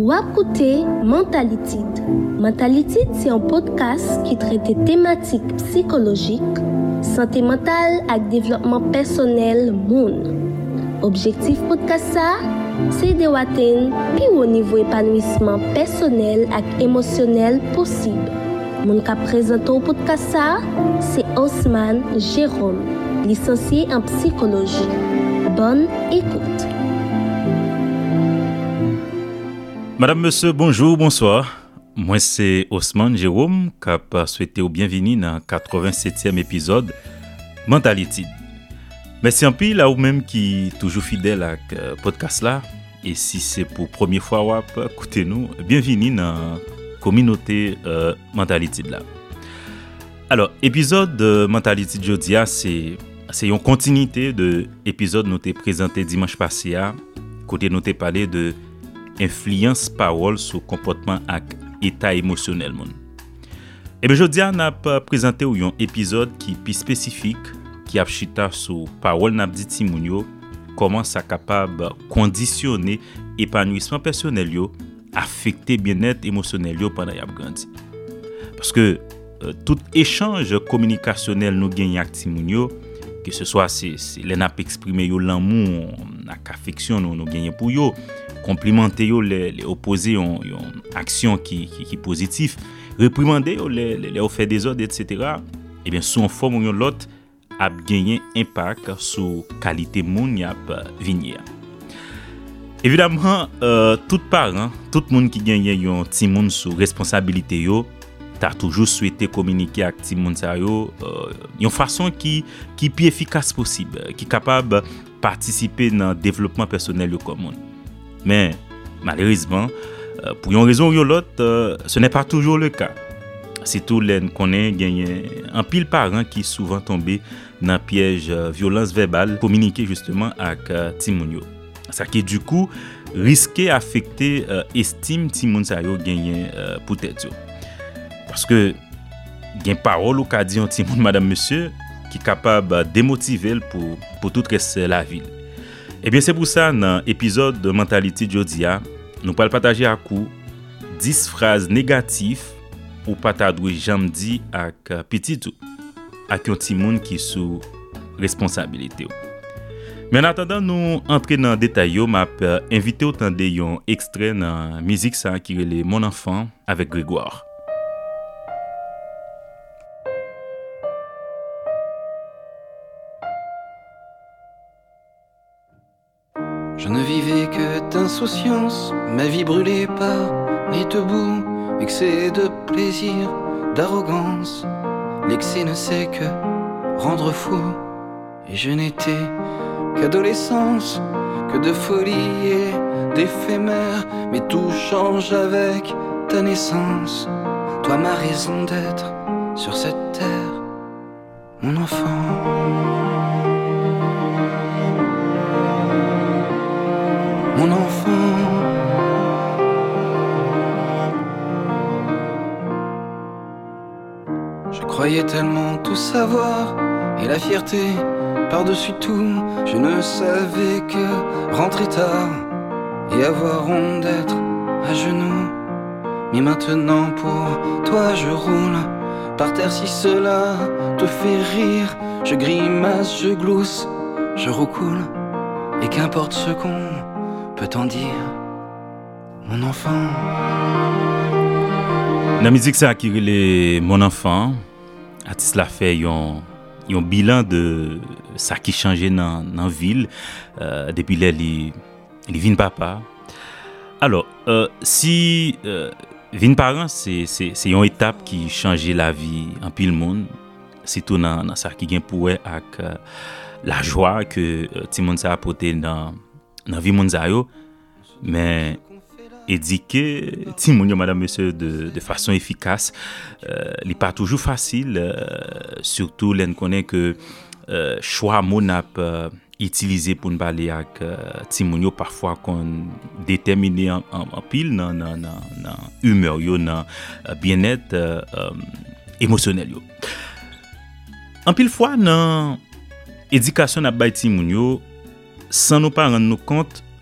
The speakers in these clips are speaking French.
Ou écoutez Mentalitide. Mentalitide, c'est un podcast qui traite des thématiques psychologiques, santé mentale et développement personnel monde. Objectif podcast ça, c'est de atteindre plus haut niveau épanouissement personnel et émotionnel possible. Mon cas présentant au podcast ça, c'est Osman Jérôme, licencié en psychologie. Bonne écoute. Madame, monsieur, bonjour, bonsoir. Moi, c'est Osman Jérôme qui a souhaité au bienvenue dans le 87e épisode Mentalitide. Merci en pile à vous-même qui est toujours fidèle à ce podcast-là. Et si c'est pour la première fois, écoutez-nous, bienvenue dans la communauté Mentalitide là. Alors, épisode de Mentalitide aujourd'hui, c'est une continuité de l'épisode nous t'ai présenté dimanche passé, côté nous t'ai parlé de influence parole sur comportement et état émotionnel mon. Et bien aujourd'hui on a présenté un épisode qui plus spécifique qui a chita sur parole n'a dit Timounio comment ça capable conditionner épanouissement personnel yo affecter bien-être émotionnel yo pendant y a grandi. Parce que tout échange communicationnel nous gagne avec Timounio que ce soit c'est les n'a exprimer yo l'amour l'affection nous gagne pour yo complimenter yo les opposer en action qui positif réprimander yo les faire des ordres etc. et bien sous forme ou l'autre a gagné impact sur qualité monde y a venir. Évidemment tout parent tout monde qui gagne un petit monde sous responsabilité yo t'as toujours souhaité communiquer avec petit monde ça yo une façon qui plus efficace possible qui capable participer dans le développement personnel yo comme monde. Mais malheureusement, pour une raison ou l'autre, ce n'est pas toujours le cas. Surtout les connaît gagné un pile parents qui souvent tombé dans piège violence verbale communiquer justement avec Timounio. Ça qui du coup risquer affecter estime Timoun ça yo gagné pour tête. Parce que gain parole ou ka dit un Timoun madame monsieur qui capable démotiver pour tout reste la ville. Et bien c'est pour ça dans l'épisode de Mentalité Jodia, nous allons partager à coup 10 phrases négatives ou pas t'adouer jamais dit avec petit tout avec un petit monde qui sous responsabilité. Mais en attendant nous entrer dans détail, m'a invité autant de un extrait dans musique ça qui est Mon enfant avec Grégoire. Je ne vivais que d'insouciance, ma vie brûlée par les deux bouts, excès de plaisir, d'arrogance. L'excès ne sait que rendre fou, et je n'étais qu'adolescence, que de folie et d'éphémère. Mais tout change avec ta naissance, toi ma raison d'être sur cette terre, mon enfant. Mon enfant, je croyais tellement tout savoir, et la fierté par-dessus tout. Je ne savais que rentrer tard et avoir honte d'être à genoux. Mais maintenant pour toi je roule par terre si cela te fait rire. Je grimace, je glousse, je roucoule, et qu'importe ce qu'on peut t'en dire, mon enfant. La musique ça qui est Mon enfant, artiste l'a fait un bilan de ça qui changeait dans la ville depuis les vin papa. Alors si vin parent c'est une étape qui changeait la vie en pile monde, surtout dans ça qui gain pour avec la joie que tout monde ça apporté dans vie monzayo, mais éduquer Timounio madame monsieur de façon efficace n'est pas toujours facile, surtout l'on connaît que choix mot n'a pas utilisé pour nous parler avec Timounio parfois qu'on déterminé en pile dans humeur yo dans bien-être émotionnel yo. En pile fois dans éducation n'a ba Timounio sans nous pas rendre compte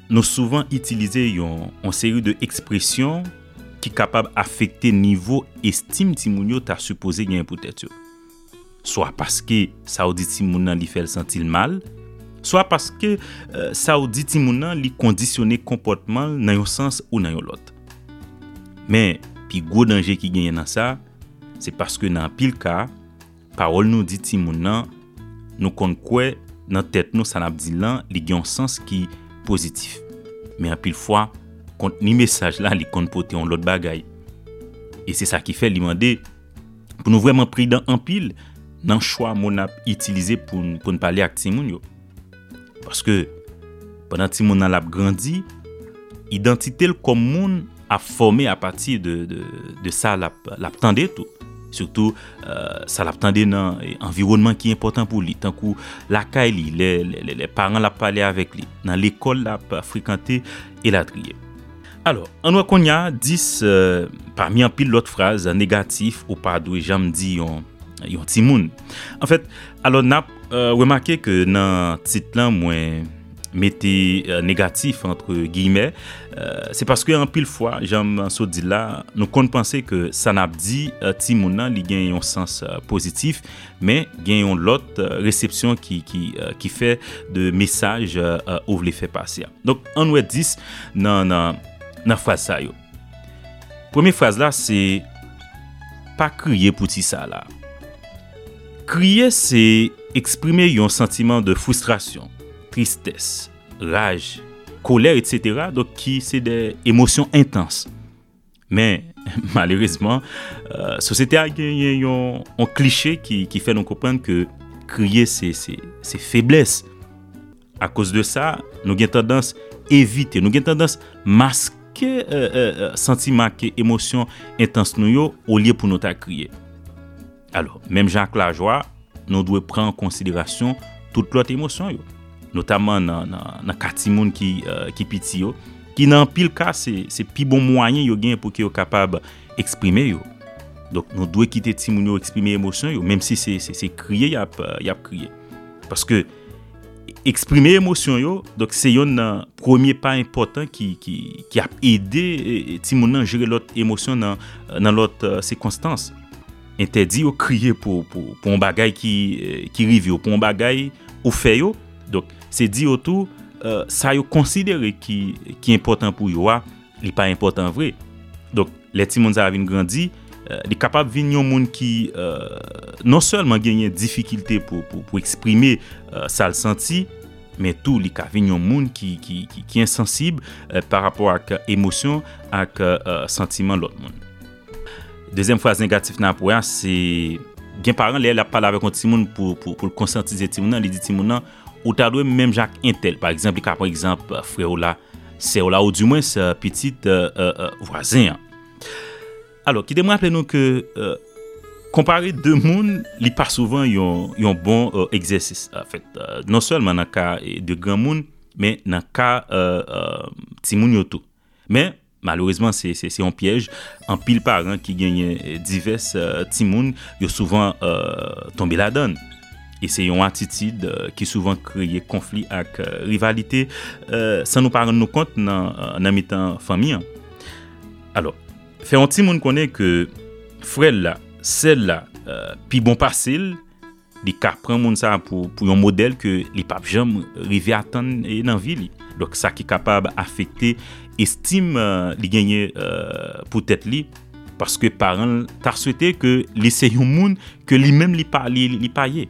nous souvent utiliser une série de expressions qui capable affecter niveau estime ti moun yo ta supposé gagner pour tête yo. Soit parce que ça ou dit ti moun nan li fait sentir mal, soit parce que ça ou dit ti moun nan li conditionner comportement dans un sens ou dans l'autre. Mais puis gros danger qui gagne dans ça, c'est parce que dans pile cas, parole nous dit ti moun nan nous kon quoi dans tête nous ça n'a dit là, li gen un sens qui positif. Mais en pile fois contenu message là li kon porter on l'autre bagaille. Et c'est ça qui fait li demander pour nous vraiment prudent en pile dans choix mon a utilisé pour nous parler avec ti moun yo. Parce que pendant ti moun a grandi, identité comme moun a formé à partir de ça l'attendait tout. Surtout ça l'attendait dans environnement qui est important pour lui, tant que la caille les parents l'a parlé avec lui, dans l'école l'a fréquenté et l'a trié. Alors, on voit qu'on y a 10 parmi un pile l'autre phrase négatif ou pas d'où j'aime dit yon ti moun. En fait, alors n'a remarqué que dans titre là moi mettez négatif entre guillemets, c'est parce que en pile fois j'aime so dit là nous compte penser que ça n'a dit ti moun nan li gen un sens positif mais gen l'autre réception qui fait de message ou les fait passer. Donc on ouais 10 dans phrase ça yo. Première phrase là c'est pas crier pour ti ça là. Crier c'est exprimer un sentiment de frustration, tristesse, rage, colère, etc. Donc, c'est des émotions intenses. Mais, malheureusement, la société a un cliché qui fait nous comprendre que crier, c'est faiblesse. À cause de ça, nous avons tendance à éviter, nous avons tendance à masquer sentiment, émotion intense nous au lieu pour nous crier. Alors, même Jacques Lajoie, nous devons prendre en considération toute l'autre émotion yo. Notamment dans quatre moun qui piti yo qui dans pile cas c'est pi bon moyen yo gain pour que yo capable exprimer yo. Donc nous doit quitter ti moun yo exprimer émotion yo même si c'est crier y a crier. Parce que exprimer émotion yo donc c'est un premier pas important qui a aidé ti moun nan gérer l'autre émotion dans l'autre circonstance. Interdit au crier pour un bagage qui rive pour un bagage ou fait yo. Donc c'est dit autour ça yo considéré qui est important pour yo il pas important vrai. Donc les ti moun ça vinn grandi il capable venir un monde qui non seulement gagner difficulté pour exprimer ça le senti mais tout il ka venir un monde qui est insensible par rapport à émotion avec sentiment l'autre monde. Deuxième phrase négative nan pour c'est bien parent là parle avec un petit monde pour conscientiser petit monde il dit petit monde ou ta doit même Jacques Intel par exemple par exemple frère là c'est là ou du moins petite voisin. Alors qui me rappelle nous que comparer deux monde il pas souvent un bon exercice en fait non seulement dans cas de grand monde mais dans cas petit monde tout. Mais malheureusement c'est un piège en pile parents qui gagnent divers petits monde yo souvent tombé là-dedans. Et c'est une attitude qui souvent crée conflit avec rivalité sans nous pas rendre compte dans mi-temps famille. Alors, faire un petit monde connaît que frère là, celle là puis bon facile, il prend monde ça pour un modèle que les pas jamais arriver à attendre dans vie. Donc ça qui est capable affecter estime li gagner pour tête li parce que parents t'a souhaité que laisser un monde que lui même li payer.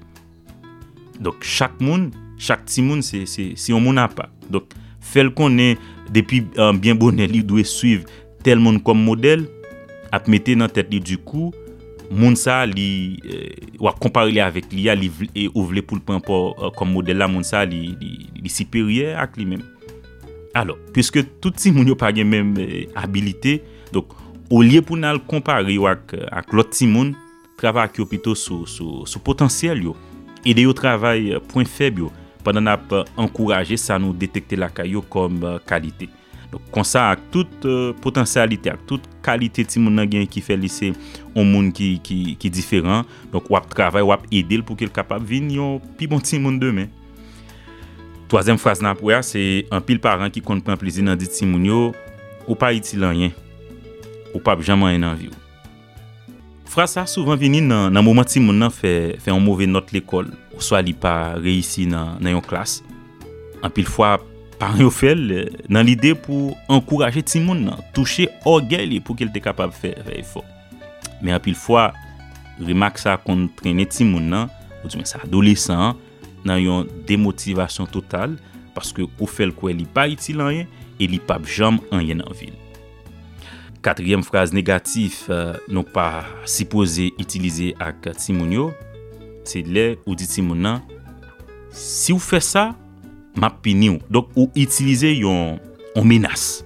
Donc chaque petit monde c'est un monde à part. Donc fait connaît depuis bien bonnet il doit suivre tel monde comme modèle à mettre dans tête li du coup monde ça li ou comparer avec lui et ouvrir pour le prendre comme modèle là monde ça li supérieur à lui même. Alors puisque tout petit monde yo pas gen même habilité donc au lieu pour nous comparer avec l'autre petit monde travail plutôt sur potentiel yo aider au travail point faible pendant n'a encourager ça nous détecter la caillou comme qualité. Donc comme ça avec toute potentialité avec toute qualité ti moun nan gen qui fait lycée un monde qui différent donc ou travail ou aider pour qu'il capable venir pi bon ti monde demain. Troisième phrase nan pou ya, c'est un pile parent qui compte prendre plaisir dans dit ti moun yo ou pas utile rien. Ou pas jamais rien envie. Phrase ça souvent vini dans moment ti moun nan fait un mauvais note l'école, ou soit li pas réussi dans yon classe. En pile fois parents yo fait dans l'idée pour encourager ti moun nan, toucher orgueil pour qu'il était capable faire effort. Mais en pile fois remarque ça qu'on traîner ti moun nan, ou du moins ça adolescent dans une démotivation totale parce que ou fait quoi il pas utile rien et il pas jamais rien dans ville. Quatrième phrase négative non pas supposé utiliser avec ti moun yo, c'est là ou dit ti moun nan si ou fait ça m'a puni ou. Donc ou utiliser yon menace.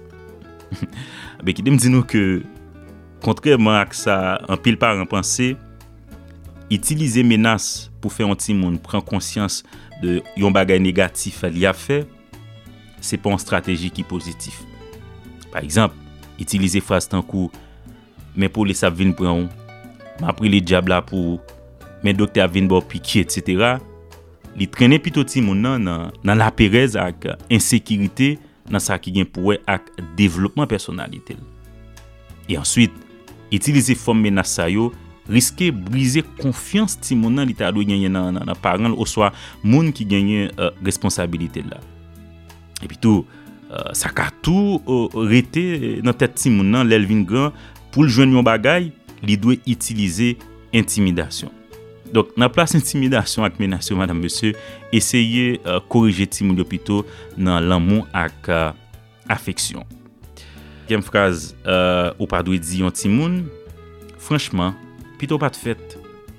Ben qui me dit nous que contrairement à ça en pile parent penser utiliser menace pour faire un petit monde prend conscience de yon bagay négatif li a fait, c'est pas une stratégie qui positive. Par exemple, utiliser phrase tant kou mais police a vinn prend m'a pris les diable là pour mais docteur vinn bo piquer etc. Li traîner plutôt ti moun nan la pérez ak insécurité dans ça qui gen pour ak développement personnalité. Et ensuite, utiliser forme menace ça yo risquer briser confiance ti moun nan li ta do gagner dans parent ou soit moun qui gagne responsabilité là. Et puis tout ça ka tout rete dans tête ti moun nan l'el vinn grand pour le joindre yon bagay, li doit utiliser intimidation. Donc, dans la place intimidation avec menace, madame, monsieur, essayez corriger ti moun yo plutôt dans l'amour avec affection. Deuxième phrase, ou pas doit dire yon ti moun, franchement, plutôt pas de fête.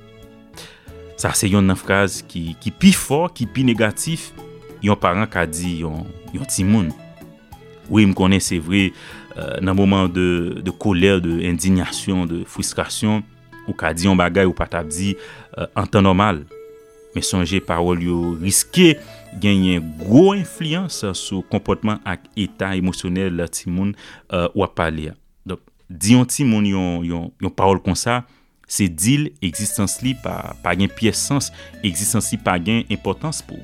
Ça, c'est une phrase qui pi fort, qui pi négatif, yon parent qui a dit yon ti moun. Oui, me connais, c'est vrai, dans moment de colère, de indignation, de frustration, ou ka di yon bagay ou pas t'a dit en temps normal. Mais songez parole yo risquer gagner gros influence sur comportement ak état émotionnel ti moun ou a parler. Donc di yon ti moun yon parole comme ça, c'est dire existence li pas gain pièce sens, existence li pas gain importance pour.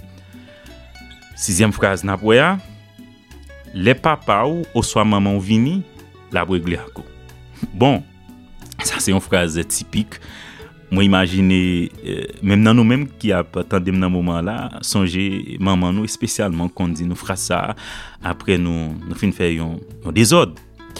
Sixième phrase n'a poya, les papa ou soit maman ou vini la régler ako. Bon, ça c'est une phrase typique. Moi imaginer même dans nous même qui a attendem dans moment là, songer maman nous spécialement qu'on dit nous fera ça après nous fin faire yon désordre.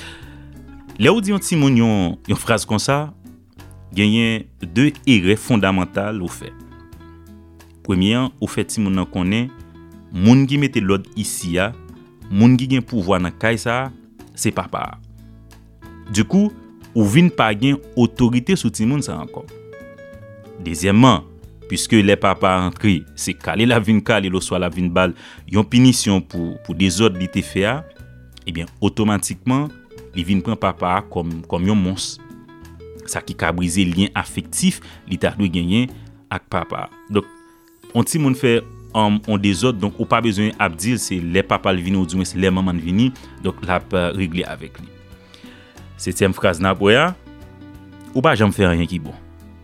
Là où dit un petit moun yon phrase comme ça, gagner deux erreurs fondamentales au fait. Première, au fait ti moun nan connaît moun qui mette l'ordre ici a, moun qui gen pouvoir dans kay ça, c'est papa. Du coup, ou vinn pa gen autorité sur ti moun ça encore. Deuxièmement, puisque les papas rentré, c'est calé la vinn calé lo soit la vinn bal, yon punition pour désordre li te fait a, eh bien automatiquement, li vinn prend papa comme yon monstre. Ça qui ka briser lien affectif li ta dwe gagner ak papa. Donc on ti moun fait on désordre donc ou pas besoin abdil c'est les papas li vinn ou du moins c'est les maman vinn donc la régler avec lui. Septième phrase na boya ou pas jamais faire rien qui bon.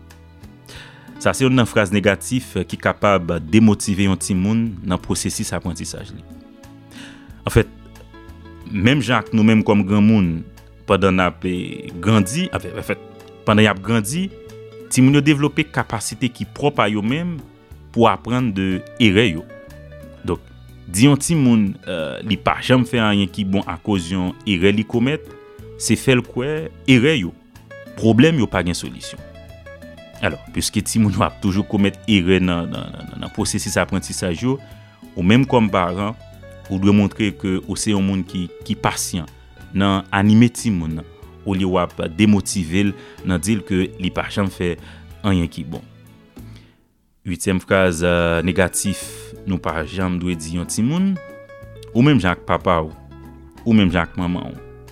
Ça c'est une phrase négative qui capable démotiver un petit monde dans processus apprentissage li. En fait, même Jacques nous même comme grand monde pendant n'a grandi en fait pendant y a grandi, ti moun yo développer capacité qui propre à yo même pour apprendre de erreur yo. Donc, di un ti moun li pas jamais faire rien qui bon à cause yon erreur li commettre, c'est faire quoi erreur yo. Problème yo pas gen solution. Alors, puisque ti moun a toujours commettre erreur dans processus apprentissage yo, ou même comme parent, ou doit montrer que ou c'est un monde qui patient dans animer ti moun ou li wap démotiver dans dire que li pas jamais fait rien qui bon. Huitième phrase négatif, nous pas jamais doit dire un ti moun ou même Jacques papa ou même Jacques maman.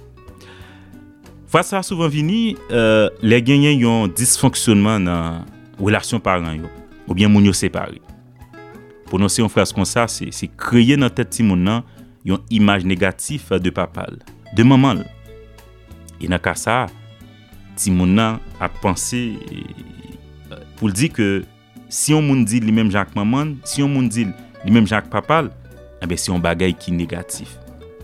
Face ça souvent vini les gagnants yon dysfonctionnement dans relation parents yo ou bien moun yo séparé. Prononcer une phrase comme ça c'est créer dans tête ti moun nan yon image négative de papa, de maman. Et dans cas ça, ti moun nan a pensé pour dire que si on moun dit lui même Jacques maman, si on moun dit li même Jacques Papal, c'est un bagay qui négatif.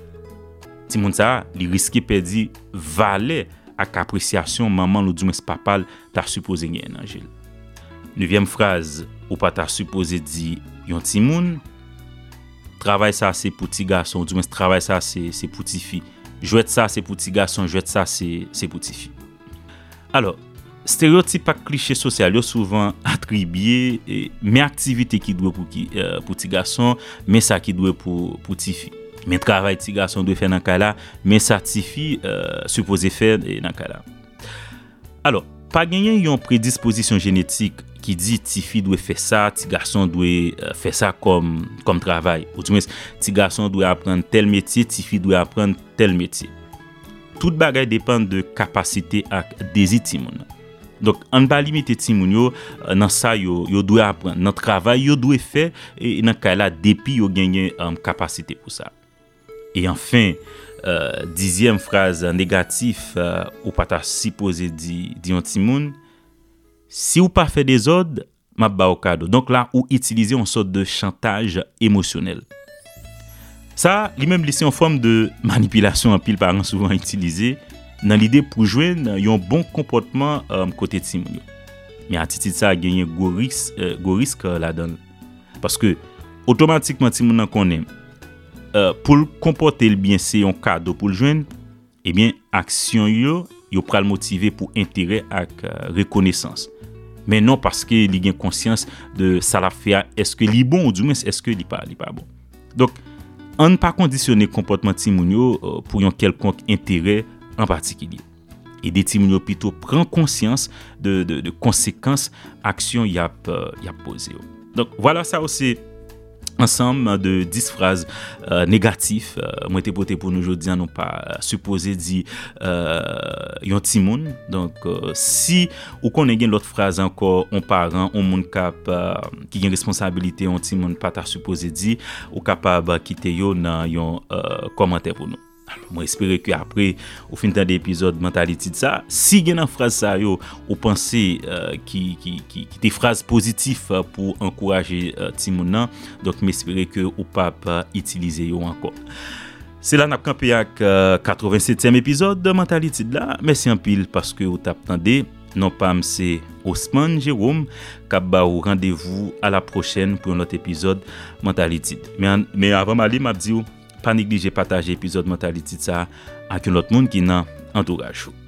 Ti moun ça, li risque perdre valeur ak appréciation maman ou du moins papal t'a supposé gen nan jil. 9e phrase ou pas t'a supposé di yon ti moun travail ça c'est pour ti garçon, du moins travail ça c'est pour ti fille. Jouet ça c'est pour ti garçon, jouet ça c'est pour ti fille. Alors, stéréotype ak cliché social yo souvent attribué mais activité qui doit pour ti garçon, mais ça qui doit pour ti fille. Mais travail ti garçon doit faire dans cas là, mais ça ti fille supposé faire dans cas là. Alors, pas gagner yon prédisposition génétique qui dit ti fille doit faire ça, ti garçon doit faire ça comme travail. Ou du moins ti garçon doit apprendre tel métier, ti fille doit apprendre tel métier. Tout bagay dépend de capacité ak désir ti moun. Donc on va limiter ti moun yo dans ça yo doit apprendre, dans travail yo doit faire et dans cas là depuis yo gagner capacité pour ça. Et enfin 10e phrase négatif ou pas ta supposé di yon ti moun, si ou pas fait des ordres m'a ba au cadeau. Donc là ou utiliser une sorte de chantage émotionnel. Ça lui-même c'est une forme de manipulation en pile parents souvent utilisé dans l'idée pour joindre un bon comportement côté ti moun. Mais attitude ça a gagné gros risque là-dedans parce que automatiquement ti moun connaît pour le comporter le bien c'est un cadeau pour le joindre, et bien action yo pral motiver pour intérêt ak reconnaissance, mais non parce que il gagne conscience de ça la fait est-ce que li bon ou du moins est-ce que li pas bon. Donc on ne pas conditionner comportement ti moun yo pour un quelconque intérêt en particulier, et des ti moun yo plutôt prend conscience de conséquences action y a posé. Donc voilà, ça aussi ensemble de 10 phrases négatives moi t'ai porté pour nous aujourd'hui, non pas supposé dit yon ti moun. Donc si ou connaît gen l'autre phrase encore on parent on moun cap qui gen responsabilité on ti moun pas ta supposé dit ou capable quitter yo dans yon commentaire pour nous. Moi espérer que après au fin de l'épisode mentalité de ça, si gen une phrase ça yo ou penser qui des phrases positives pour encourager ti moun nan, donc m'espérer que ou pas utiliser yo encore. C'est là n'a campé avec 87e épisode de mentalité de là. Merci en pile parce que vous t'attendez. Non pas c'est Osman Jérôme qui ba ou rendez-vous à la prochaine pour un autre épisode mentalité. Mais avant m'aller m'a dit pas négliger partager épisode mentalité ça avec un autre monde qui dans entourage.